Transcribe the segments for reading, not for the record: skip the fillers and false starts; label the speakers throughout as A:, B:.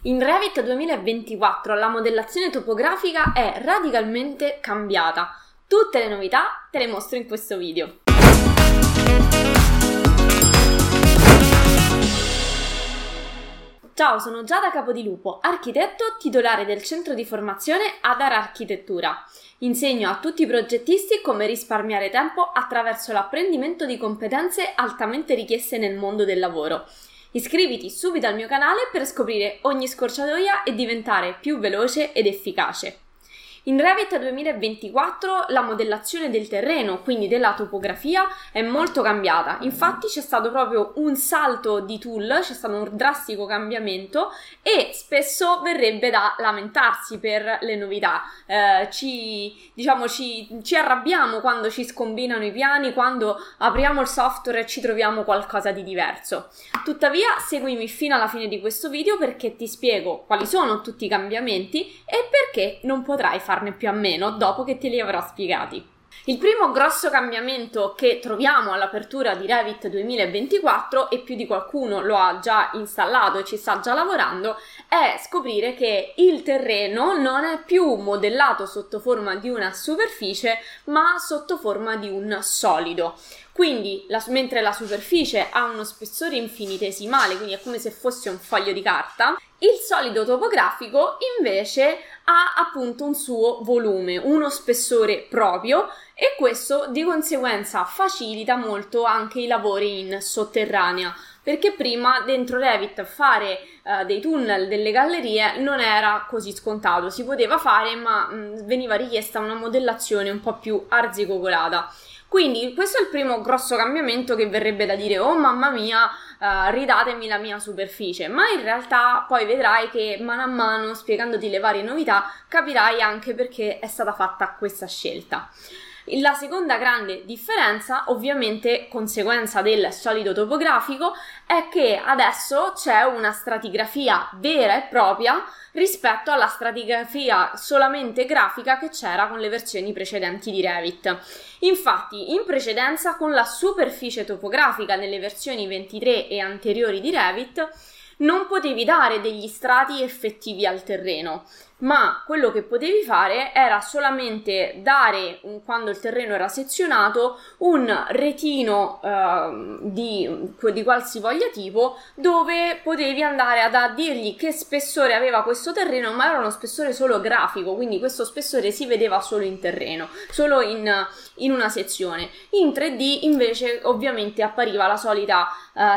A: In Revit 2024 la modellazione topografica è radicalmente cambiata. Tutte le novità te le mostro in questo video. Ciao, sono Giada Capodilupo, architetto titolare del centro di formazione Adar Architettura. Insegno a tutti i progettisti come risparmiare tempo attraverso l'apprendimento di competenze altamente richieste nel mondo del lavoro. Iscriviti subito al mio canale per scoprire ogni scorciatoia e diventare più veloce ed efficace. In Revit 2024 la modellazione del terreno, quindi della topografia, è molto cambiata. Infatti c'è stato proprio un salto di tool, c'è stato un drastico cambiamento e spesso verrebbe da lamentarsi per le novità. Ci arrabbiamo quando ci scombinano i piani, quando apriamo il software e ci troviamo qualcosa di diverso. Tuttavia, seguimi fino alla fine di questo video perché ti spiego quali sono tutti i cambiamenti e perché non potrai farne più a meno dopo che te li avrò spiegati. Il primo grosso cambiamento che troviamo all'apertura di Revit 2024, e più di qualcuno lo ha già installato e ci sta già lavorando, è scoprire che il terreno non è più modellato sotto forma di una superficie, ma sotto forma di un solido. Quindi, mentre la superficie ha uno spessore infinitesimale, quindi è come se fosse un foglio di carta, il solido topografico invece ha appunto un suo volume, uno spessore proprio, e questo di conseguenza facilita molto anche i lavori in sotterranea, perché prima dentro Revit fare dei tunnel, delle gallerie non era così scontato, si poteva fare ma veniva richiesta una modellazione un po' più arzigogolata. Quindi questo è il primo grosso cambiamento, che verrebbe da dire oh mamma mia, ridatemi la mia superficie, ma in realtà poi vedrai che mano a mano, spiegandoti le varie novità, capirai anche perché è stata fatta questa scelta. La seconda grande differenza, ovviamente conseguenza del solido topografico, è che adesso c'è una stratigrafia vera e propria rispetto alla stratigrafia solamente grafica che c'era con le versioni precedenti di Revit. Infatti, in precedenza, con la superficie topografica nelle versioni 23 e anteriori di Revit, non potevi dare degli strati effettivi al terreno, ma quello che potevi fare era solamente dare, quando il terreno era sezionato, un retino di qualsivoglia tipo, dove potevi andare a dirgli che spessore aveva questo terreno, ma era uno spessore solo grafico, quindi questo spessore si vedeva solo in terreno, solo in una sezione. In 3D invece ovviamente appariva la solita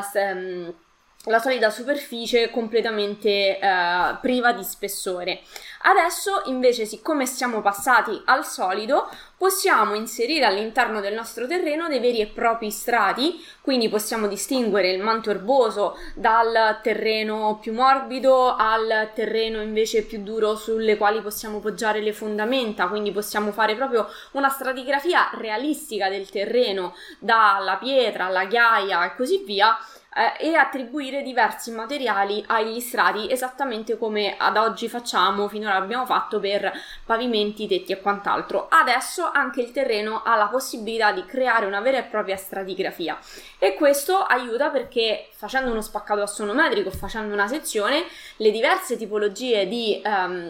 A: superficie completamente priva di spessore. Adesso invece, siccome siamo passati al solido, possiamo inserire all'interno del nostro terreno dei veri e propri strati, quindi possiamo distinguere il manto erboso dal terreno più morbido al terreno invece più duro, sulle quali possiamo poggiare le fondamenta, quindi possiamo fare proprio una stratigrafia realistica del terreno, dalla pietra alla ghiaia e così via, e attribuire diversi materiali agli strati, esattamente come ad oggi finora abbiamo fatto per pavimenti, tetti e quant'altro. Adesso anche il terreno ha la possibilità di creare una vera e propria stratigrafia, e questo aiuta perché facendo uno spaccato assonometrico, facendo una sezione, le diverse tipologie di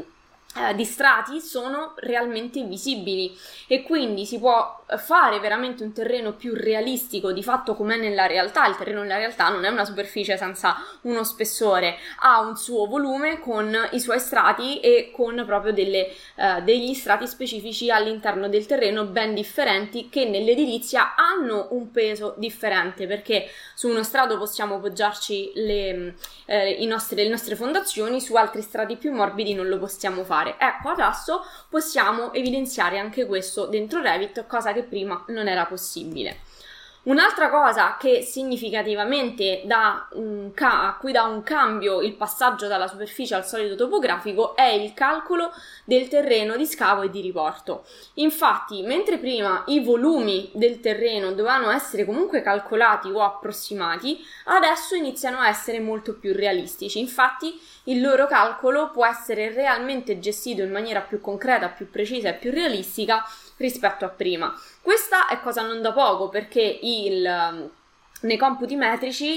A: strati sono realmente visibili, e quindi si può fare veramente un terreno più realistico di fatto com'è nella realtà. Il terreno nella realtà non è una superficie senza uno spessore, ha un suo volume con i suoi strati e con proprio degli strati specifici all'interno del terreno ben differenti, che nell'edilizia hanno un peso differente, perché su uno strato possiamo poggiarci le nostre fondazioni, su altri strati più morbidi non lo possiamo fare. Ecco, adesso possiamo evidenziare anche questo dentro Revit, cosa che prima non era possibile. Un'altra cosa che significativamente a cui dà un cambio il passaggio dalla superficie al solido topografico è il calcolo del terreno di scavo e di riporto. Infatti, mentre prima i volumi del terreno dovevano essere comunque calcolati o approssimati, adesso iniziano a essere molto più realistici. Infatti, il loro calcolo può essere realmente gestito in maniera più concreta, più precisa e più realistica rispetto a prima. Questa è cosa non da poco, perché nei computi metrici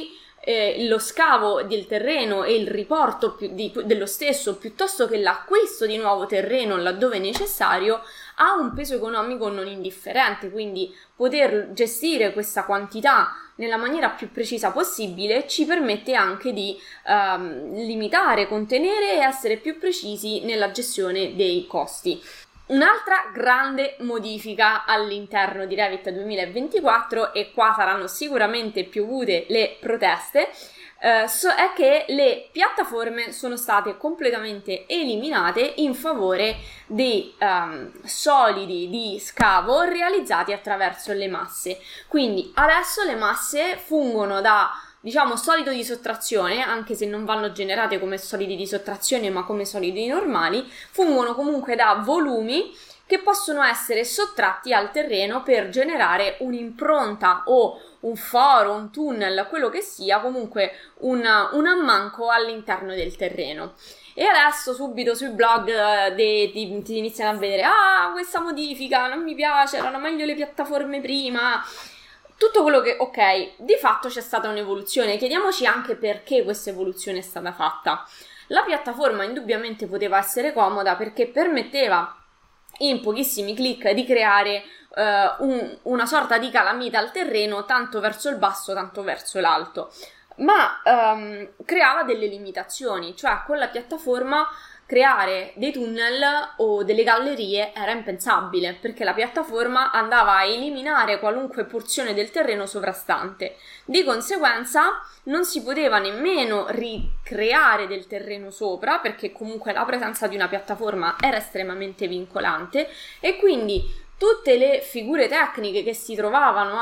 A: lo scavo del terreno e il riporto dello stesso, piuttosto che l'acquisto di nuovo terreno laddove necessario, ha un peso economico non indifferente, quindi poter gestire questa quantità nella maniera più precisa possibile ci permette anche di limitare, contenere e essere più precisi nella gestione dei costi. Un'altra grande modifica all'interno di Revit 2024, e qua saranno sicuramente piovute le proteste, è che le piattaforme sono state completamente eliminate in favore dei solidi di scavo realizzati attraverso le masse. Quindi adesso le masse fungono da, diciamo, solido di sottrazione, anche se non vanno generate come solidi di sottrazione ma come solidi normali, fungono comunque da volumi che possono essere sottratti al terreno per generare un'impronta o un foro, un tunnel, quello che sia, comunque un ammanco all'interno del terreno. E adesso subito sui blog ti iniziano a vedere: questa modifica non mi piace, erano meglio le piattaforme prima. Tutto quello che, ok, di fatto c'è stata un'evoluzione, chiediamoci anche perché questa evoluzione è stata fatta. La piattaforma indubbiamente poteva essere comoda perché permetteva in pochissimi clic di creare una sorta di calamita al terreno, tanto verso il basso, tanto verso l'alto, ma creava delle limitazioni, cioè con la piattaforma creare dei tunnel o delle gallerie era impensabile, perché la piattaforma andava a eliminare qualunque porzione del terreno sovrastante. Di conseguenza non si poteva nemmeno ricreare del terreno sopra, perché comunque la presenza di una piattaforma era estremamente vincolante, e quindi tutte le figure tecniche che si trovavano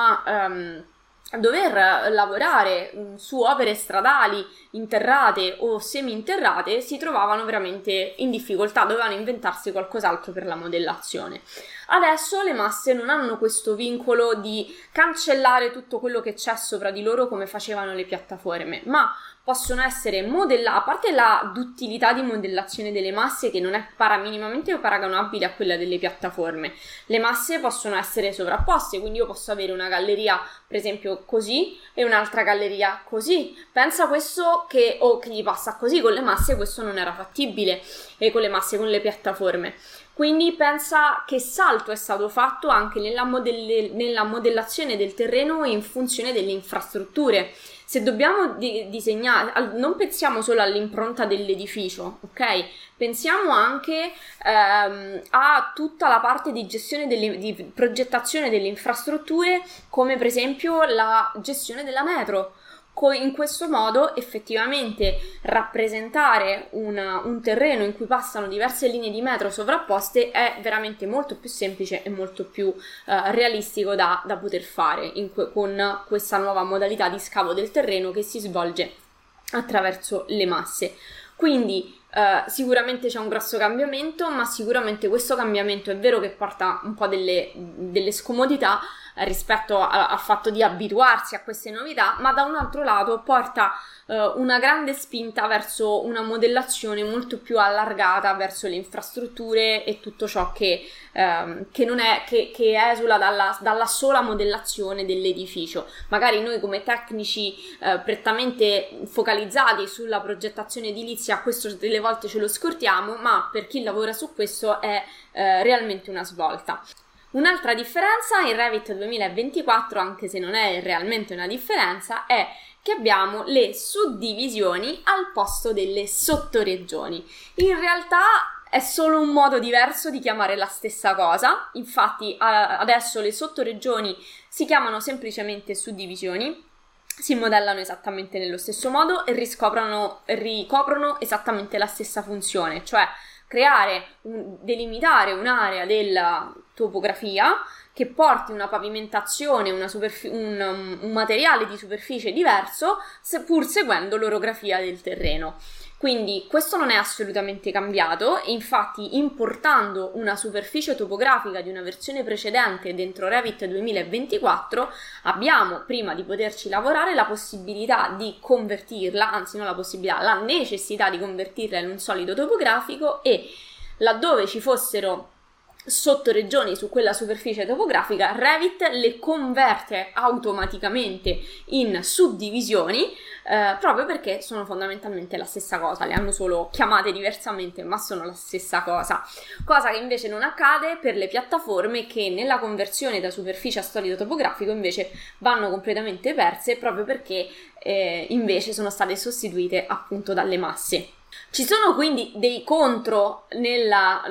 A: a dover lavorare su opere stradali interrate o semi-interrate si trovavano veramente in difficoltà, dovevano inventarsi qualcos'altro per la modellazione. Adesso le masse non hanno questo vincolo di cancellare tutto quello che c'è sopra di loro come facevano le piattaforme, ma possono essere modellate, a parte la duttilità di modellazione delle masse che non è minimamente paragonabile a quella delle piattaforme. Le masse possono essere sovrapposte, quindi io posso avere una galleria per esempio così e un'altra galleria così. Pensa questo che gli passa così, con le masse questo non era fattibile, e con le masse, con le piattaforme. Quindi pensa che salto è stato fatto anche nella modellazione del terreno in funzione delle infrastrutture. Se dobbiamo disegnare, non pensiamo solo all'impronta dell'edificio, ok? Pensiamo anche a tutta la parte di gestione di progettazione delle infrastrutture, come per esempio la gestione della metro. In questo modo effettivamente rappresentare un terreno in cui passano diverse linee di metro sovrapposte è veramente molto più semplice e molto più realistico da poter fare con questa nuova modalità di scavo del terreno che si svolge attraverso le masse. Quindi sicuramente c'è un grosso cambiamento, ma sicuramente questo cambiamento è vero che porta un po' delle scomodità rispetto al fatto di abituarsi a queste novità, ma da un altro lato porta una grande spinta verso una modellazione molto più allargata verso le infrastrutture e tutto ciò che esula dalla sola modellazione dell'edificio. Magari noi come tecnici prettamente focalizzati sulla progettazione edilizia questo delle volte ce lo scordiamo, ma per chi lavora su questo è realmente una svolta. Un'altra differenza in Revit 2024, anche se non è realmente una differenza, è che abbiamo le suddivisioni al posto delle sottoregioni. In realtà è solo un modo diverso di chiamare la stessa cosa, infatti adesso le sottoregioni si chiamano semplicemente suddivisioni, si modellano esattamente nello stesso modo e ricoprono esattamente la stessa funzione, cioè delimitare un'area della topografia che porti una pavimentazione, un materiale di superficie diverso, pur seguendo l'orografia del terreno. Quindi questo non è assolutamente cambiato, e infatti importando una superficie topografica di una versione precedente dentro Revit 2024 abbiamo, prima di poterci lavorare, la possibilità di convertirla, anzi non la possibilità, la necessità di convertirla in un solido topografico, e laddove ci fossero sottoregioni su quella superficie topografica, Revit le converte automaticamente in suddivisioni, proprio perché sono fondamentalmente la stessa cosa, le hanno solo chiamate diversamente, ma sono la stessa cosa che invece non accade per le piattaforme, che nella conversione da superficie a solido topografico invece vanno completamente perse, proprio perché invece sono state sostituite appunto dalle masse. Ci sono quindi dei contro nel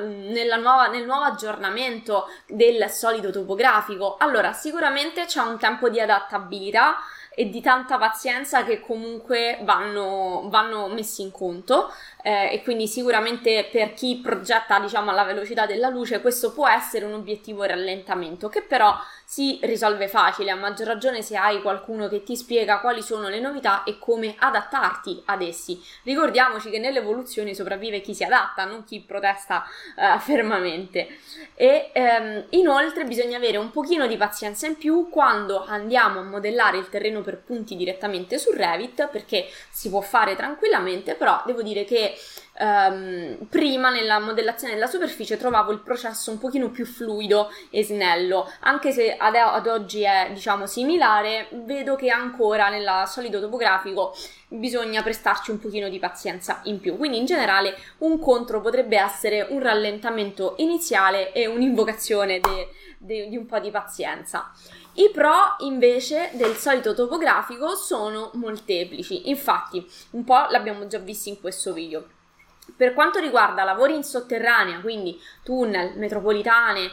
A: nuovo aggiornamento del solido topografico. Allora, sicuramente c'è un tempo di adattabilità e di tanta pazienza che comunque vanno messi in conto, e quindi sicuramente per chi progetta, diciamo, alla velocità della luce questo può essere un obiettivo rallentamento, che però si risolve facile, a maggior ragione se hai qualcuno che ti spiega quali sono le novità e come adattarti ad essi. Ricordiamoci che nell'evoluzione sopravvive chi si adatta, non chi protesta fermamente. E inoltre bisogna avere un pochino di pazienza in più quando andiamo a modellare il terreno per punti direttamente su Revit, perché si può fare tranquillamente, però devo dire che prima nella modellazione della superficie trovavo il processo un pochino più fluido e snello, anche se ad oggi è, diciamo, similare. Vedo che ancora nel solido topografico bisogna prestarci un pochino di pazienza in più, quindi in generale un contro potrebbe essere un rallentamento iniziale e un'invocazione di un po' di pazienza. I pro invece del solido topografico sono molteplici, infatti un po' l'abbiamo già visto in questo video. Per quanto riguarda lavori in sotterranea, quindi tunnel, metropolitane,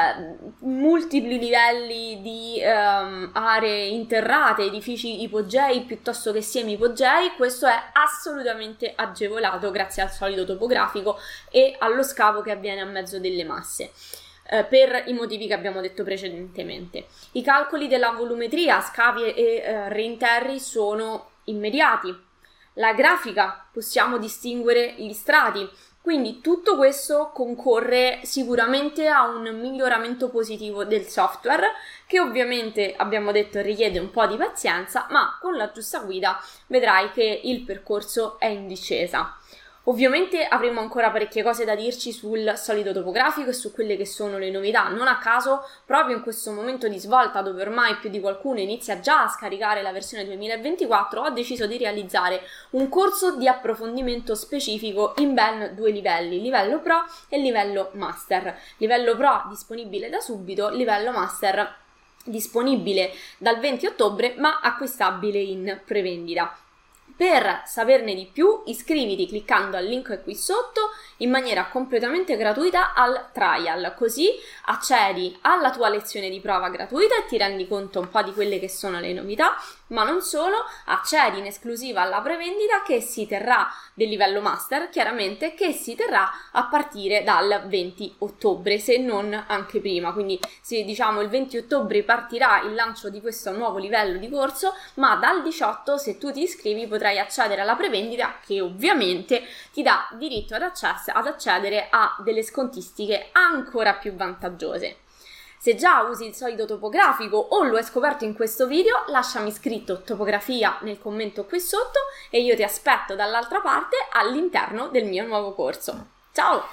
A: multipli livelli di aree interrate, edifici ipogei piuttosto che semi-ipogei, questo è assolutamente agevolato grazie al solido topografico e allo scavo che avviene a mezzo delle masse, per i motivi che abbiamo detto precedentemente. I calcoli della volumetria, scavi e reinterri sono immediati. La grafica, possiamo distinguere gli strati, quindi tutto questo concorre sicuramente a un miglioramento positivo del software, che ovviamente abbiamo detto richiede un po' di pazienza, ma con la giusta guida vedrai che il percorso è in discesa. Ovviamente avremo ancora parecchie cose da dirci sul solido topografico e su quelle che sono le novità. Non a caso, proprio in questo momento di svolta, dove ormai più di qualcuno inizia già a scaricare la versione 2024, ho deciso di realizzare un corso di approfondimento specifico in ben 2 livelli, livello Pro e livello Master. Livello Pro disponibile da subito, livello Master disponibile dal 20 ottobre ma acquistabile in prevendita. Per saperne di più, iscriviti cliccando al link qui sotto in maniera completamente gratuita al trial, così accedi alla tua lezione di prova gratuita e ti rendi conto un po' di quelle che sono le novità, ma non solo, accedi in esclusiva alla prevendita che si terrà del livello master, chiaramente, che si terrà a partire dal 20 ottobre, se non anche prima. Quindi diciamo il 20 ottobre partirà il lancio di questo nuovo livello di corso, ma dal 18, se tu ti iscrivi, potrai accedere alla prevendita, che ovviamente ti dà diritto ad accedere a delle scontistiche ancora più vantaggiose. Se già usi il solido topografico o lo hai scoperto in questo video, lasciami scritto topografia nel commento qui sotto e io ti aspetto dall'altra parte all'interno del mio nuovo corso. Ciao!